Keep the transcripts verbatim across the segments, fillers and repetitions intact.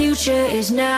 future is now.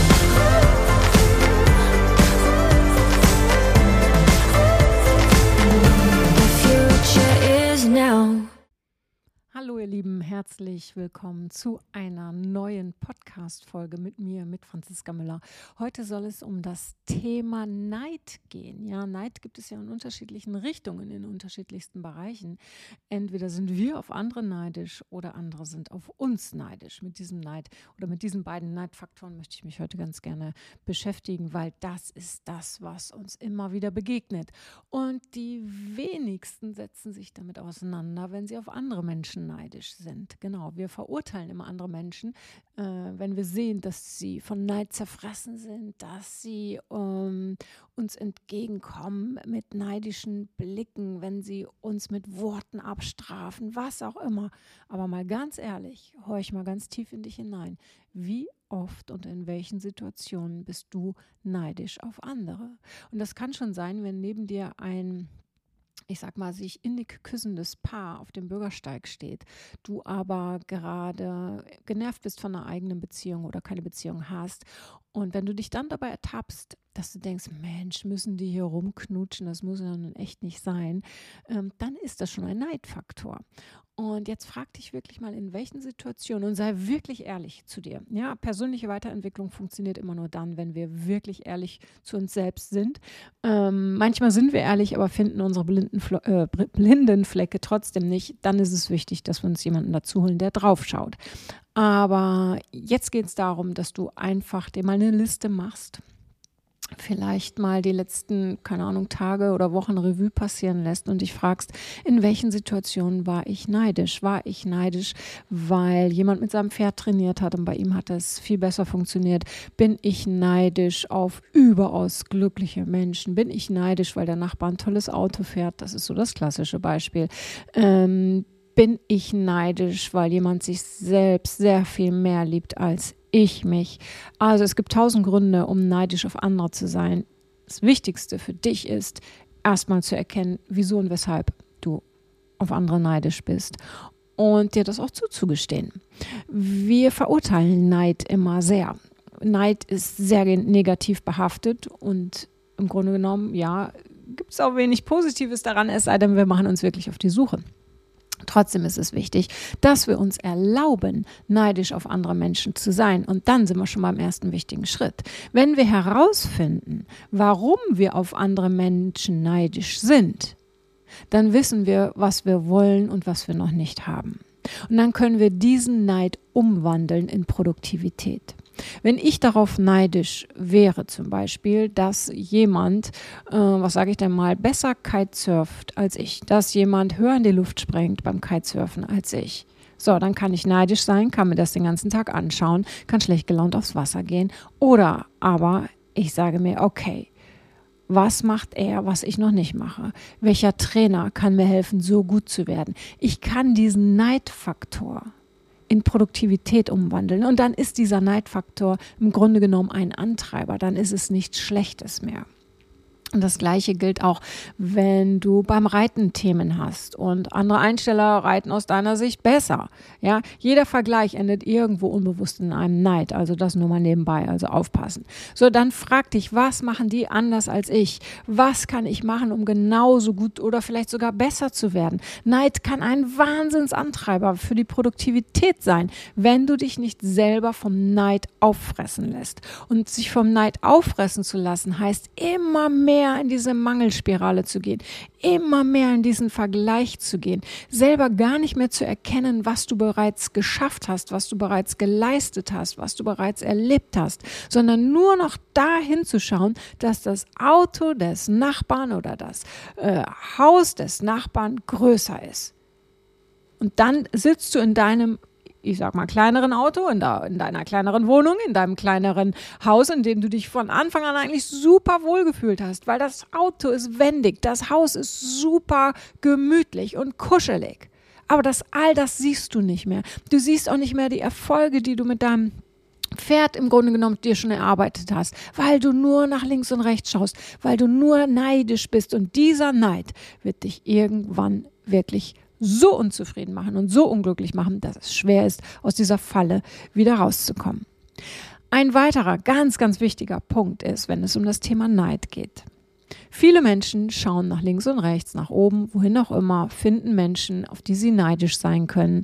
Hallo ihr Lieben, herzlich willkommen zu einer neuen Podcast-Folge mit mir, mit Franziska Müller. Heute soll es um das Thema Neid gehen. Ja, Neid gibt es ja in unterschiedlichen Richtungen, in unterschiedlichsten Bereichen. Entweder sind wir auf andere neidisch oder andere sind auf uns neidisch. Mit diesem Neid oder mit diesen beiden Neidfaktoren möchte ich mich heute ganz gerne beschäftigen, weil das ist das, was uns immer wieder begegnet. Und die wenigsten setzen sich damit auseinander, wenn sie auf andere Menschen neidisch sind. Genau, wir verurteilen immer andere Menschen, äh, wenn wir sehen, dass sie von Neid zerfressen sind, dass sie ähm, uns entgegenkommen mit neidischen Blicken, wenn sie uns mit Worten abstrafen, was auch immer. Aber mal ganz ehrlich, hör ich mal ganz tief in dich hinein. Wie oft und in welchen Situationen bist du neidisch auf andere? Und das kann schon sein, wenn neben dir ein ich sag mal, sich innig küssendes Paar auf dem Bürgersteig steht, du aber gerade genervt bist von einer eigenen Beziehung oder keine Beziehung hast. Und wenn du dich dann dabei ertappst, dass du denkst, Mensch, müssen die hier rumknutschen, das muss ja nun echt nicht sein, ähm, dann ist das schon ein Neidfaktor. Und jetzt frag dich wirklich mal, in welchen Situationen und sei wirklich ehrlich zu dir. Ja, persönliche Weiterentwicklung funktioniert immer nur dann, wenn wir wirklich ehrlich zu uns selbst sind. Ähm, manchmal sind wir ehrlich, aber finden unsere blinden, Flo- äh, blinden Flecke trotzdem nicht. Dann ist es wichtig, dass wir uns jemanden dazu holen, der drauf schaut. Aber jetzt geht es darum, dass du einfach dir mal eine Liste machst. Vielleicht mal die letzten, keine Ahnung, Tage oder Wochen Revue passieren lässt und dich fragst, in welchen Situationen war ich neidisch? War ich neidisch, weil jemand mit seinem Pferd trainiert hat und bei ihm hat es viel besser funktioniert? Bin ich neidisch auf überaus glückliche Menschen? Bin ich neidisch, weil der Nachbar ein tolles Auto fährt? Das ist so das klassische Beispiel. Ähm, bin ich neidisch, weil jemand sich selbst sehr viel mehr liebt als ich mich. Also es gibt tausend Gründe, um neidisch auf andere zu sein. Das Wichtigste für dich ist, erstmal zu erkennen, wieso und weshalb du auf andere neidisch bist und dir das auch zuzugestehen. Wir verurteilen Neid immer sehr. Neid ist sehr negativ behaftet und im Grunde genommen, ja, gibt es auch wenig Positives daran, es sei denn, wir machen uns wirklich auf die Suche. Trotzdem ist es wichtig, dass wir uns erlauben, neidisch auf andere Menschen zu sein. Und dann sind wir schon beim ersten wichtigen Schritt. Wenn wir herausfinden, warum wir auf andere Menschen neidisch sind, dann wissen wir, was wir wollen und was wir noch nicht haben. Und dann können wir diesen Neid umwandeln in Produktivität. Wenn ich darauf neidisch wäre, zum Beispiel, dass jemand, äh, was sage ich denn mal, besser Kitesurft als ich, dass jemand höher in die Luft springt beim Kitesurfen als ich, so, dann kann ich neidisch sein, kann mir das den ganzen Tag anschauen, kann schlecht gelaunt aufs Wasser gehen oder aber ich sage mir, okay, was macht er, was ich noch nicht mache? Welcher Trainer kann mir helfen, so gut zu werden? Ich kann diesen Neidfaktor in Produktivität umwandeln. Und dann ist dieser Neidfaktor im Grunde genommen ein Antreiber. Dann ist es nichts Schlechtes mehr. Und das Gleiche gilt auch, wenn du beim Reiten Themen hast und andere Einsteller reiten aus deiner Sicht besser. Ja, jeder Vergleich endet irgendwo unbewusst in einem Neid. Also das nur mal nebenbei, also aufpassen. So, dann frag dich, was machen die anders als ich? Was kann ich machen, um genauso gut oder vielleicht sogar besser zu werden? Neid kann ein Wahnsinnsantreiber für die Produktivität sein, wenn du dich nicht selber vom Neid auffressen lässt. Und sich vom Neid auffressen zu lassen, heißt immer mehr in diese Mangelspirale zu gehen, immer mehr in diesen Vergleich zu gehen, selber gar nicht mehr zu erkennen, was du bereits geschafft hast, was du bereits geleistet hast, was du bereits erlebt hast, sondern nur noch dahin zu schauen, dass das Auto des Nachbarn oder das äh, Haus des Nachbarn größer ist. Und dann sitzt du in deinem ich sag mal, kleineren Auto, in, da, in deiner kleineren Wohnung, in deinem kleineren Haus, in dem du dich von Anfang an eigentlich super wohlgefühlt hast, weil das Auto ist wendig, das Haus ist super gemütlich und kuschelig. Aber das, all das siehst du nicht mehr. Du siehst auch nicht mehr die Erfolge, die du mit deinem Pferd im Grunde genommen dir schon erarbeitet hast, weil du nur nach links und rechts schaust, weil du nur neidisch bist und dieser Neid wird dich irgendwann wirklich so unzufrieden machen und so unglücklich machen, dass es schwer ist, aus dieser Falle wieder rauszukommen. Ein weiterer ganz, ganz wichtiger Punkt ist, wenn es um das Thema Neid geht. Viele Menschen schauen nach links und rechts, nach oben, wohin auch immer, finden Menschen, auf die sie neidisch sein können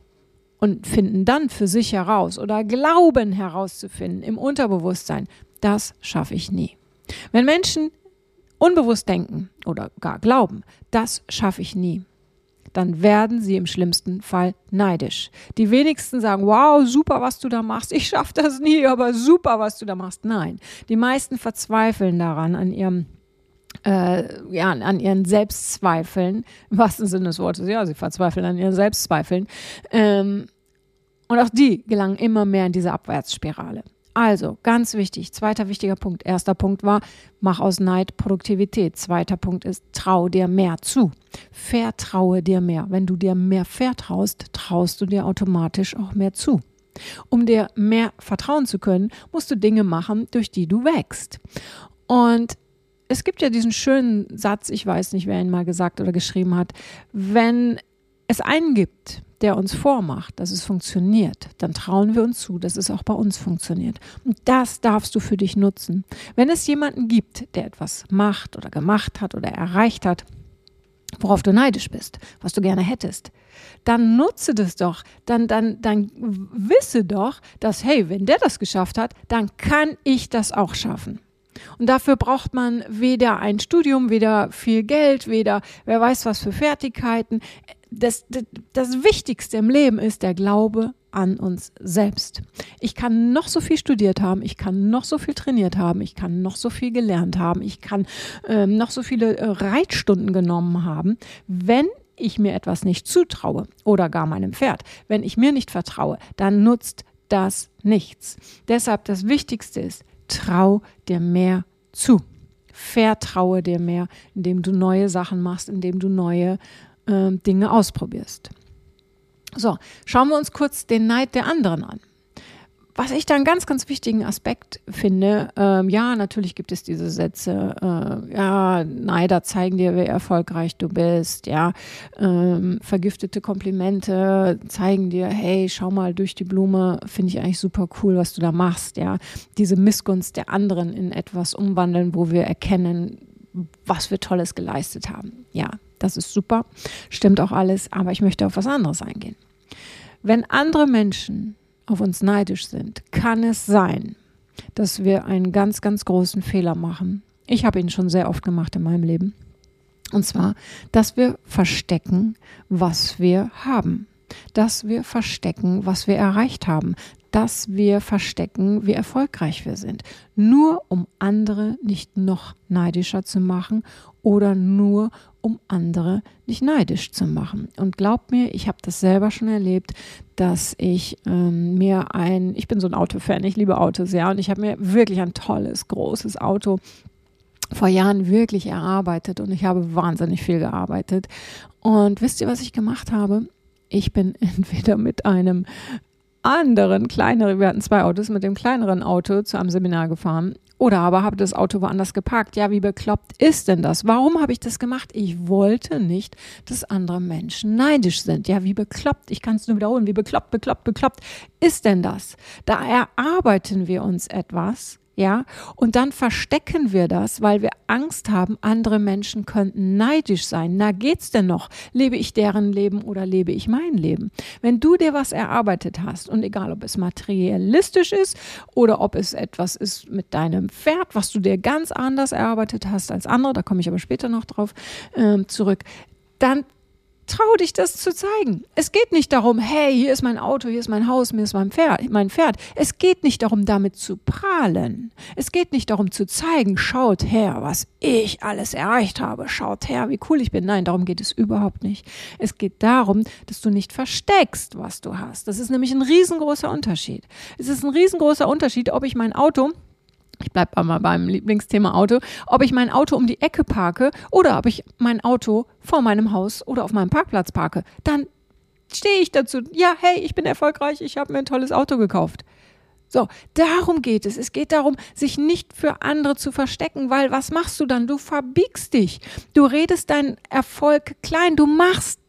und finden dann für sich heraus oder glauben herauszufinden im Unterbewusstsein, das schaffe ich nie. Wenn Menschen unbewusst denken oder gar glauben, das schaffe ich nie, dann werden sie im schlimmsten Fall neidisch. Die wenigsten sagen, wow, super, was du da machst, ich schaffe das nie, aber super, was du da machst. Nein, die meisten verzweifeln daran, an ihrem Äh, ja, an ihren Selbstzweifeln, im wahrsten Sinne des Wortes, ja, sie verzweifeln an ihren Selbstzweifeln. Ähm, und auch die gelangen immer mehr in diese Abwärtsspirale. Also, ganz wichtig, zweiter wichtiger Punkt. Erster Punkt war, mach aus Neid Produktivität. Zweiter Punkt ist, trau dir mehr zu. Vertraue dir mehr. Wenn du dir mehr vertraust, traust du dir automatisch auch mehr zu. Um dir mehr vertrauen zu können, musst du Dinge machen, durch die du wächst. Und es gibt ja diesen schönen Satz, ich weiß nicht, wer ihn mal gesagt oder geschrieben hat, wenn es einen gibt, der uns vormacht, dass es funktioniert, dann trauen wir uns zu, dass es auch bei uns funktioniert. Und das darfst du für dich nutzen. Wenn es jemanden gibt, der etwas macht oder gemacht hat oder erreicht hat, worauf du neidisch bist, was du gerne hättest, dann nutze das doch, dann, dann, dann wisse doch, dass, hey, wenn der das geschafft hat, dann kann ich das auch schaffen. Und dafür braucht man weder ein Studium, weder viel Geld, weder wer weiß was für Fertigkeiten. Das, das, das Wichtigste im Leben ist der Glaube an uns selbst. Ich kann noch so viel studiert haben, ich kann noch so viel trainiert haben, ich kann noch so viel gelernt haben, ich kann äh, noch so viele äh, Reitstunden genommen haben. Wenn ich mir etwas nicht zutraue oder gar meinem Pferd, wenn ich mir nicht vertraue, dann nutzt das nichts. Deshalb das Wichtigste ist, trau dir mehr zu. Vertraue dir mehr, indem du neue Sachen machst, indem du neue äh, Dinge ausprobierst. So, schauen wir uns kurz den Neid der anderen an. Was ich da einen ganz, ganz wichtigen Aspekt finde, ähm, ja, natürlich gibt es diese Sätze, äh, ja, Neider zeigen dir, wie erfolgreich du bist, ja, ähm, vergiftete Komplimente zeigen dir, hey, schau mal durch die Blume, finde ich eigentlich super cool, was du da machst, ja, diese Missgunst der anderen in etwas umwandeln, wo wir erkennen, was wir Tolles geleistet haben. Ja, das ist super, stimmt auch alles, aber ich möchte auf was anderes eingehen. Wenn andere Menschen auf uns neidisch sind, kann es sein, dass wir einen ganz, ganz großen Fehler machen. Ich habe ihn schon sehr oft gemacht in meinem Leben. Und zwar, dass wir verstecken, was wir haben. Dass wir verstecken, was wir erreicht haben. Dass wir verstecken, wie erfolgreich wir sind. Nur um andere nicht noch neidischer zu machen oder nur um andere nicht neidisch zu machen. Und glaub mir, ich habe das selber schon erlebt, dass ich ähm, mir ein, ich bin so ein Autofan, ich liebe Autos, ja, und ich habe mir wirklich ein tolles, großes Auto vor Jahren wirklich erarbeitet und ich habe wahnsinnig viel gearbeitet. Und wisst ihr, was ich gemacht habe? Ich bin entweder mit einem anderen, kleineren, wir hatten zwei Autos, mit dem kleineren Auto zu einem Seminar gefahren oder aber habe das Auto woanders geparkt. Ja, wie bekloppt ist denn das? Warum habe ich das gemacht? Ich wollte nicht, dass andere Menschen neidisch sind. Ja, wie bekloppt, ich kann es nur wiederholen, wie bekloppt, bekloppt, bekloppt ist denn das? Da erarbeiten wir uns etwas, ja, und dann verstecken wir das, weil wir Angst haben, andere Menschen könnten neidisch sein. Na, geht's denn noch? Lebe ich deren Leben oder lebe ich mein Leben? Wenn du dir was erarbeitet hast und egal, ob es materialistisch ist oder ob es etwas ist mit deinem Pferd, was du dir ganz anders erarbeitet hast als andere, da komme ich aber später noch drauf äh, zurück, dann trau dich, das zu zeigen. Es geht nicht darum, hey, hier ist mein Auto, hier ist mein Haus, hier ist mein Pferd, mein Pferd. Es geht nicht darum, damit zu prahlen. Es geht nicht darum zu zeigen, schaut her, was ich alles erreicht habe. Schaut her, wie cool ich bin. Nein, darum geht es überhaupt nicht. Es geht darum, dass du nicht versteckst, was du hast. Das ist nämlich ein riesengroßer Unterschied. Es ist ein riesengroßer Unterschied, ob ich mein Auto Ich bleibe mal beim Lieblingsthema Auto, ob ich mein Auto um die Ecke parke oder ob ich mein Auto vor meinem Haus oder auf meinem Parkplatz parke. Dann stehe ich dazu, ja, hey, ich bin erfolgreich, ich habe mir ein tolles Auto gekauft. So, darum geht es. Es geht darum, sich nicht für andere zu verstecken, weil was machst du dann? Du verbiegst dich. Du redest deinen Erfolg klein, du machst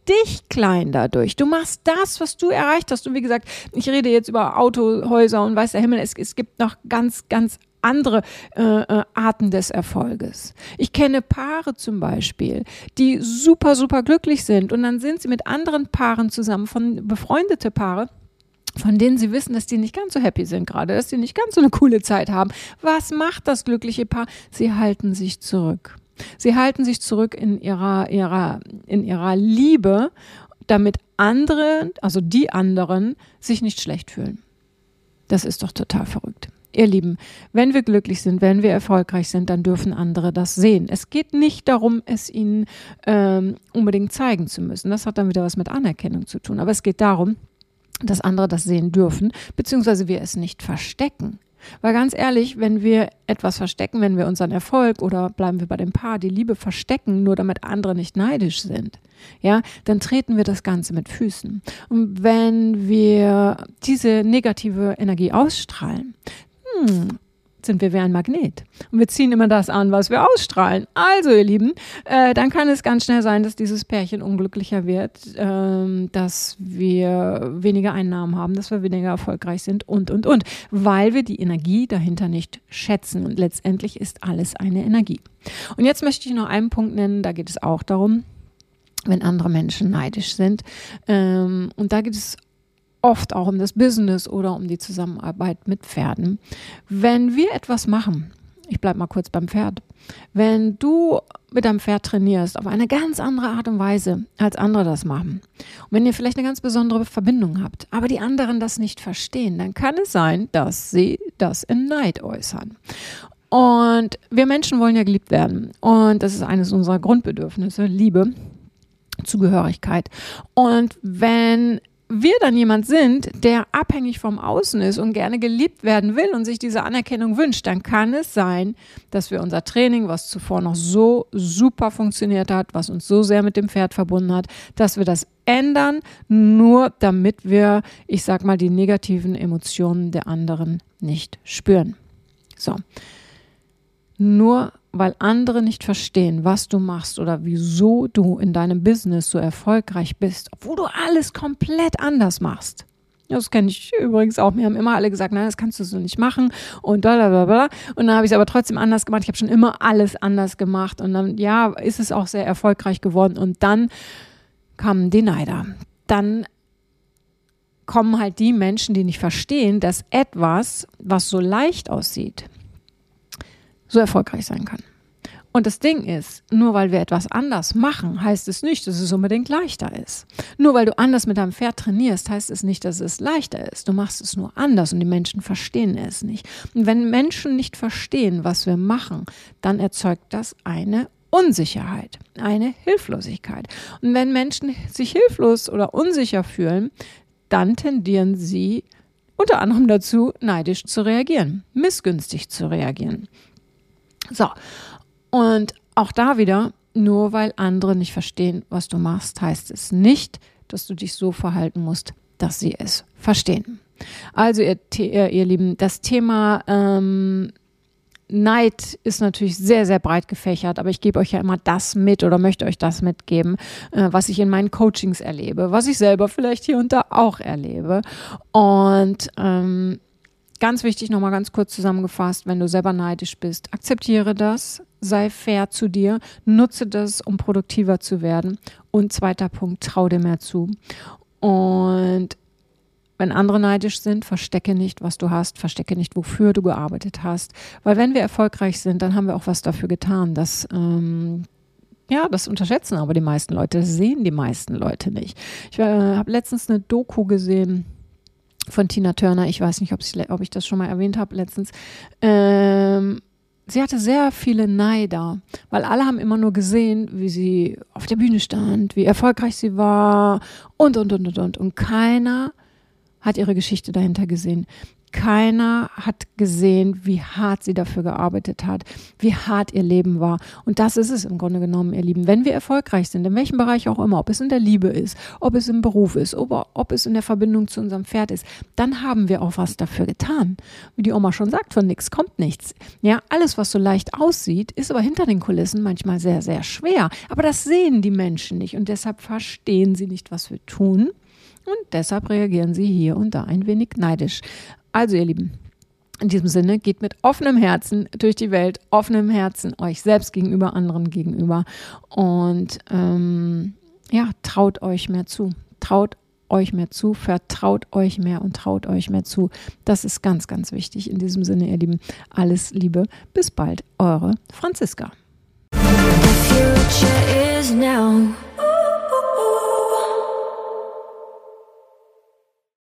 dich klein dadurch. Du machst das, was du erreicht hast. Und wie gesagt, ich rede jetzt über Autohäuser und weiß der Himmel, es, es gibt noch ganz, ganz andere äh, Arten des Erfolges. Ich kenne Paare zum Beispiel, die super, super glücklich sind und dann sind sie mit anderen Paaren zusammen, von befreundete Paare, von denen sie wissen, dass die nicht ganz so happy sind gerade, dass die nicht ganz so eine coole Zeit haben. Was macht das glückliche Paar? Sie halten sich zurück. Sie halten sich zurück in ihrer, ihrer, in ihrer Liebe, damit andere, also die anderen, sich nicht schlecht fühlen. Das ist doch total verrückt. Ihr Lieben, wenn wir glücklich sind, wenn wir erfolgreich sind, dann dürfen andere das sehen. Es geht nicht darum, es ihnen ähm, unbedingt zeigen zu müssen. Das hat dann wieder was mit Anerkennung zu tun. Aber es geht darum, dass andere das sehen dürfen, beziehungsweise wir es nicht verstecken. Weil ganz ehrlich, wenn wir etwas verstecken, wenn wir unseren Erfolg oder bleiben wir bei dem Paar, die Liebe verstecken, nur damit andere nicht neidisch sind, ja, dann treten wir das Ganze mit Füßen. Und wenn wir diese negative Energie ausstrahlen, hm, sind wir wie ein Magnet. Und wir ziehen immer das an, was wir ausstrahlen. Also, ihr Lieben, äh, dann kann es ganz schnell sein, dass dieses Pärchen unglücklicher wird, ähm, dass wir weniger Einnahmen haben, dass wir weniger erfolgreich sind und, und, und. Weil wir die Energie dahinter nicht schätzen. Und letztendlich ist alles eine Energie. Und jetzt möchte ich noch einen Punkt nennen, da geht es auch darum, wenn andere Menschen neidisch sind. Ähm, und da geht es oft auch um das Business oder um die Zusammenarbeit mit Pferden. Wenn wir etwas machen, ich bleibe mal kurz beim Pferd, wenn du mit deinem Pferd trainierst auf eine ganz andere Art und Weise, als andere das machen, und wenn ihr vielleicht eine ganz besondere Verbindung habt, aber die anderen das nicht verstehen, dann kann es sein, dass sie das in Neid äußern. Und wir Menschen wollen ja geliebt werden. Und das ist eines unserer Grundbedürfnisse, Liebe, Zugehörigkeit. Und wenn wir dann jemand sind, der abhängig vom Außen ist und gerne geliebt werden will und sich diese Anerkennung wünscht, dann kann es sein, dass wir unser Training, was zuvor noch so super funktioniert hat, was uns so sehr mit dem Pferd verbunden hat, dass wir das ändern, nur damit wir, ich sag mal, die negativen Emotionen der anderen nicht spüren. So. Nur weil andere nicht verstehen, was du machst oder wieso du in deinem Business so erfolgreich bist, obwohl du alles komplett anders machst. Das kenne ich übrigens auch. Mir haben immer alle gesagt, nein, das kannst du so nicht machen und blablabla. Und dann habe ich es aber trotzdem anders gemacht. Ich habe schon immer alles anders gemacht und dann, ja, ist es auch sehr erfolgreich geworden. Und dann kamen die Neider. Dann kommen halt die Menschen, die nicht verstehen, dass etwas, was so leicht aussieht, so erfolgreich sein kann. Und das Ding ist, nur weil wir etwas anders machen, heißt es nicht, dass es unbedingt leichter ist. Nur weil du anders mit deinem Pferd trainierst, heißt es nicht, dass es leichter ist. Du machst es nur anders und die Menschen verstehen es nicht. Und wenn Menschen nicht verstehen, was wir machen, dann erzeugt das eine Unsicherheit, eine Hilflosigkeit. Und wenn Menschen sich hilflos oder unsicher fühlen, dann tendieren sie unter anderem dazu, neidisch zu reagieren, missgünstig zu reagieren. So, und auch da wieder, nur weil andere nicht verstehen, was du machst, heißt es nicht, dass du dich so verhalten musst, dass sie es verstehen. Also ihr, ihr Lieben, das Thema ähm, Neid ist natürlich sehr, sehr breit gefächert, aber ich gebe euch ja immer das mit oder möchte euch das mitgeben, äh, was ich in meinen Coachings erlebe, was ich selber vielleicht hier und da auch erlebe. Und ähm, ganz wichtig, nochmal ganz kurz zusammengefasst, wenn du selber neidisch bist, akzeptiere das, sei fair zu dir, nutze das, um produktiver zu werden. Und zweiter Punkt, trau dir mehr zu. Und wenn andere neidisch sind, verstecke nicht, was du hast, verstecke nicht, wofür du gearbeitet hast. Weil wenn wir erfolgreich sind, dann haben wir auch was dafür getan. Das, ähm, ja, das unterschätzen aber die meisten Leute, das sehen die meisten Leute nicht. Ich äh, habe letztens eine Doku gesehen von Tina Turner, ich weiß nicht, ob ich, ob ich das schon mal erwähnt habe letztens. Ähm, sie hatte sehr viele Neider, weil alle haben immer nur gesehen, wie sie auf der Bühne stand, wie erfolgreich sie war und, und, und, und, und. Und keiner hat ihre Geschichte dahinter gesehen. Keiner hat gesehen, wie hart sie dafür gearbeitet hat, wie hart ihr Leben war. Und das ist es im Grunde genommen, ihr Lieben. Wenn wir erfolgreich sind, in welchem Bereich auch immer, ob es in der Liebe ist, ob es im Beruf ist, ob, ob es in der Verbindung zu unserem Pferd ist, dann haben wir auch was dafür getan. Wie die Oma schon sagt, von nichts kommt nichts. Ja, alles, was so leicht aussieht, ist aber hinter den Kulissen manchmal sehr, sehr schwer. Aber das sehen die Menschen nicht und deshalb verstehen sie nicht, was wir tun. Und deshalb reagieren sie hier und da ein wenig neidisch. Also ihr Lieben, in diesem Sinne, geht mit offenem Herzen durch die Welt, offenem Herzen euch selbst gegenüber, anderen gegenüber und ähm, ja, traut euch mehr zu, traut euch mehr zu, vertraut euch mehr und traut euch mehr zu. Das ist ganz, ganz wichtig. In diesem Sinne, ihr Lieben, alles Liebe, bis bald, eure Franziska.